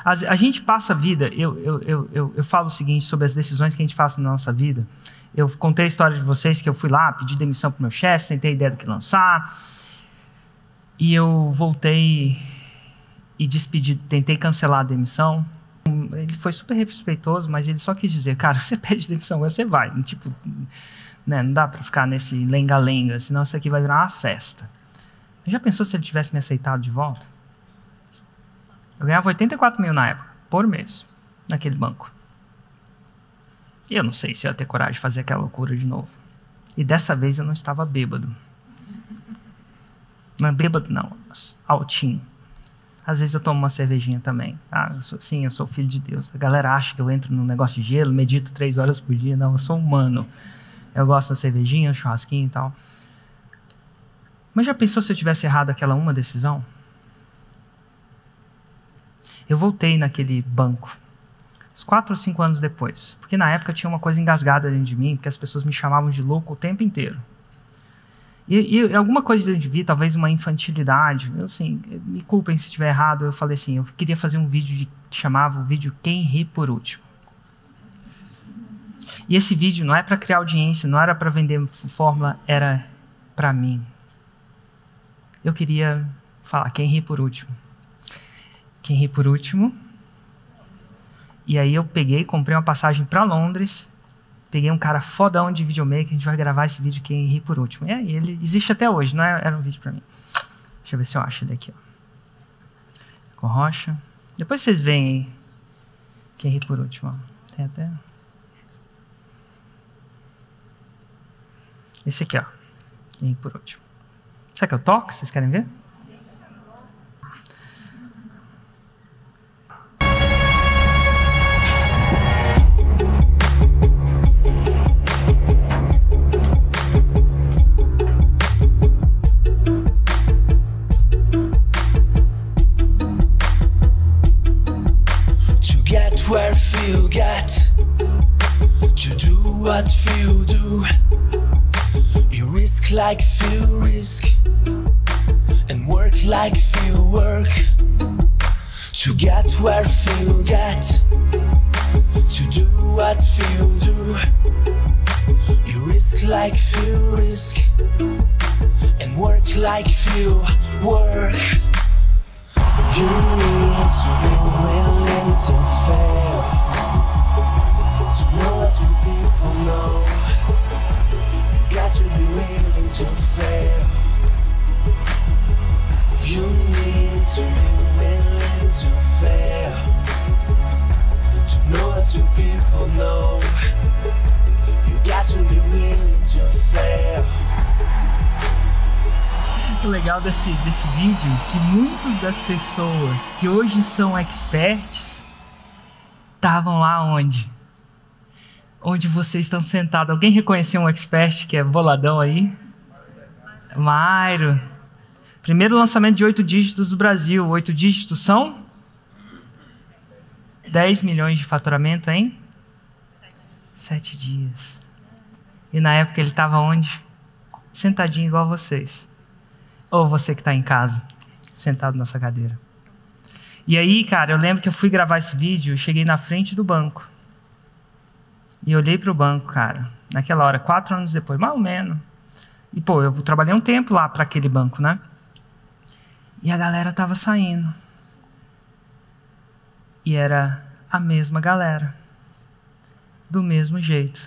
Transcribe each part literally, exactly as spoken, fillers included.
A, a gente passa a vida, eu, eu, eu, eu, eu falo o seguinte sobre as decisões que a gente faz na nossa vida. Eu contei a história de vocês que eu fui lá, pedi demissão pro meu chefe, tentei a ideia do que lançar. E eu voltei e despedi, tentei cancelar a demissão. Ele foi super respeitoso, mas ele só quis dizer, cara, você pede demissão, você vai. Tipo, né, não dá pra ficar nesse lenga-lenga, senão isso aqui vai virar uma festa. Já pensou se ele tivesse me aceitado de volta? Eu ganhava oitenta e quatro mil na época, por mês, naquele banco. E eu não sei se eu ia ter coragem de fazer aquela loucura de novo. E dessa vez eu não estava bêbado. Não é bêbado, não. Altinho. Às vezes eu tomo uma cervejinha também. Tá? Eu sou, sim, eu sou filho de Deus. A galera acha que eu entro num negócio de gelo, medito três horas por dia. Não, eu sou humano. Eu gosto da cervejinha, um churrasquinho e tal. Mas já pensou se eu tivesse errado aquela uma decisão? Eu voltei naquele banco. Uns quatro ou cinco anos depois. Porque na época tinha uma coisa engasgada dentro de mim, porque as pessoas me chamavam de louco o tempo inteiro. E, e alguma coisa dentro de mim, talvez uma infantilidade. Eu, assim, me culpem se estiver errado. Eu falei assim, eu queria fazer um vídeo de, que chamava o vídeo Quem Ri Por Último. E esse vídeo não é para criar audiência, não era para vender fórmula, era para mim. Eu queria falar quem ri por último. Quem ri por último. E aí eu peguei, comprei uma passagem para Londres, peguei um cara fodão de videomaker, a gente vai gravar esse vídeo Quem Ri Por Último. E aí ele existe até hoje, não é, era um vídeo para mim. Deixa eu ver se eu acho ele aqui. Ó. Com rocha. Depois vocês veem aí. Quem Ri Por Último. Ó. Tem até... Esse aqui, ó. Quem Ri Por Último. Será que eu toco? Vocês querem ver? To get where you get, to do what you do. You risk like you risk, and work like you work. To get where you get, to do what you do. You risk like you risk, and work like you work. You need to be willing to fail, to know what you people know. Got to be willing to fail. You need to be willing to fail, to know what you people know. You got to be willing to fail. O legal desse, desse vídeo é que muitas das pessoas que hoje são experts estavam lá onde? Onde vocês estão sentados. Alguém reconheceu um expert que é boladão aí? Mairo. Primeiro lançamento de oito dígitos do Brasil. Oito dígitos são? dez milhões de faturamento em? Sete dias. E na época ele estava onde? Sentadinho igual vocês. Ou você que está em casa, sentado na sua cadeira. E aí, cara, eu lembro que eu fui gravar esse vídeo e cheguei na frente do banco. E olhei pro banco, cara, naquela hora, quatro anos depois, mais ou menos. E, pô, eu trabalhei um tempo lá para aquele banco, né? E a galera tava saindo. E era a mesma galera. Do mesmo jeito.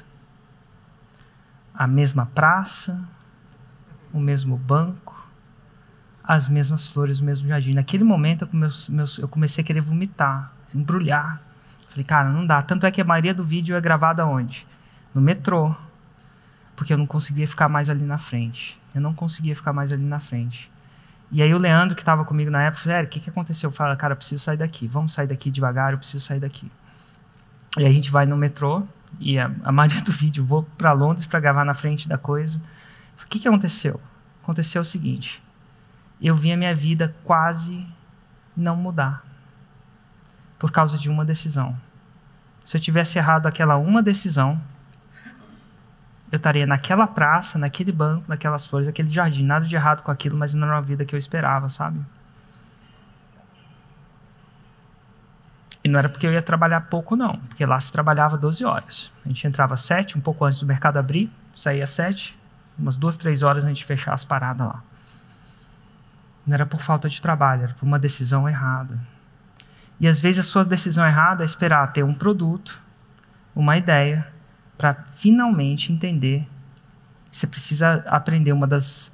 A mesma praça, o mesmo banco, as mesmas flores, o mesmo jardim. Naquele momento, eu, come- meus- eu comecei a querer vomitar, embrulhar. Falei, cara, não dá. Tanto é que a maioria do vídeo é gravada onde? No metrô. Porque eu não conseguia ficar mais ali na frente. Eu não conseguia ficar mais ali na frente. E aí o Leandro, que estava comigo na época, falou, o que, que aconteceu? Eu falei, cara, eu preciso sair daqui. Vamos sair daqui devagar, eu preciso sair daqui. E aí a gente vai no metrô. E a, a maioria do vídeo, eu vou para Londres para gravar na frente da coisa. O que, que aconteceu? Aconteceu o seguinte. Eu vi a minha vida quase não mudar. Por causa de uma decisão. Se eu tivesse errado aquela uma decisão, eu estaria naquela praça, naquele banco, naquelas flores, naquele jardim. Nada de errado com aquilo, mas não era uma vida que eu esperava, sabe? E não era porque eu ia trabalhar pouco, não. Porque lá se trabalhava doze horas. A gente entrava às sete, um pouco antes do mercado abrir, saía às sete, umas duas, três horas a gente fechava as paradas lá. Não era por falta de trabalho, era por uma decisão errada. E às vezes a sua decisão errada é esperar ter um produto, uma ideia, para finalmente entender que você precisa aprender uma das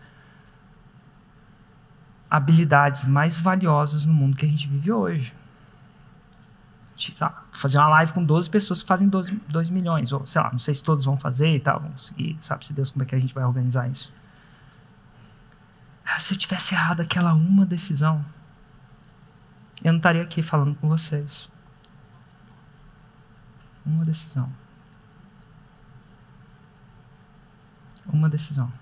habilidades mais valiosas no mundo que a gente vive hoje. Fazer uma live com doze pessoas que fazem dois milhões, ou sei lá, não sei se todos vão fazer e tal, vamos seguir, sabe-se Deus como é que a gente vai organizar isso. Se eu tivesse errado aquela uma decisão, eu não estaria aqui falando com vocês. Uma decisão. Uma decisão.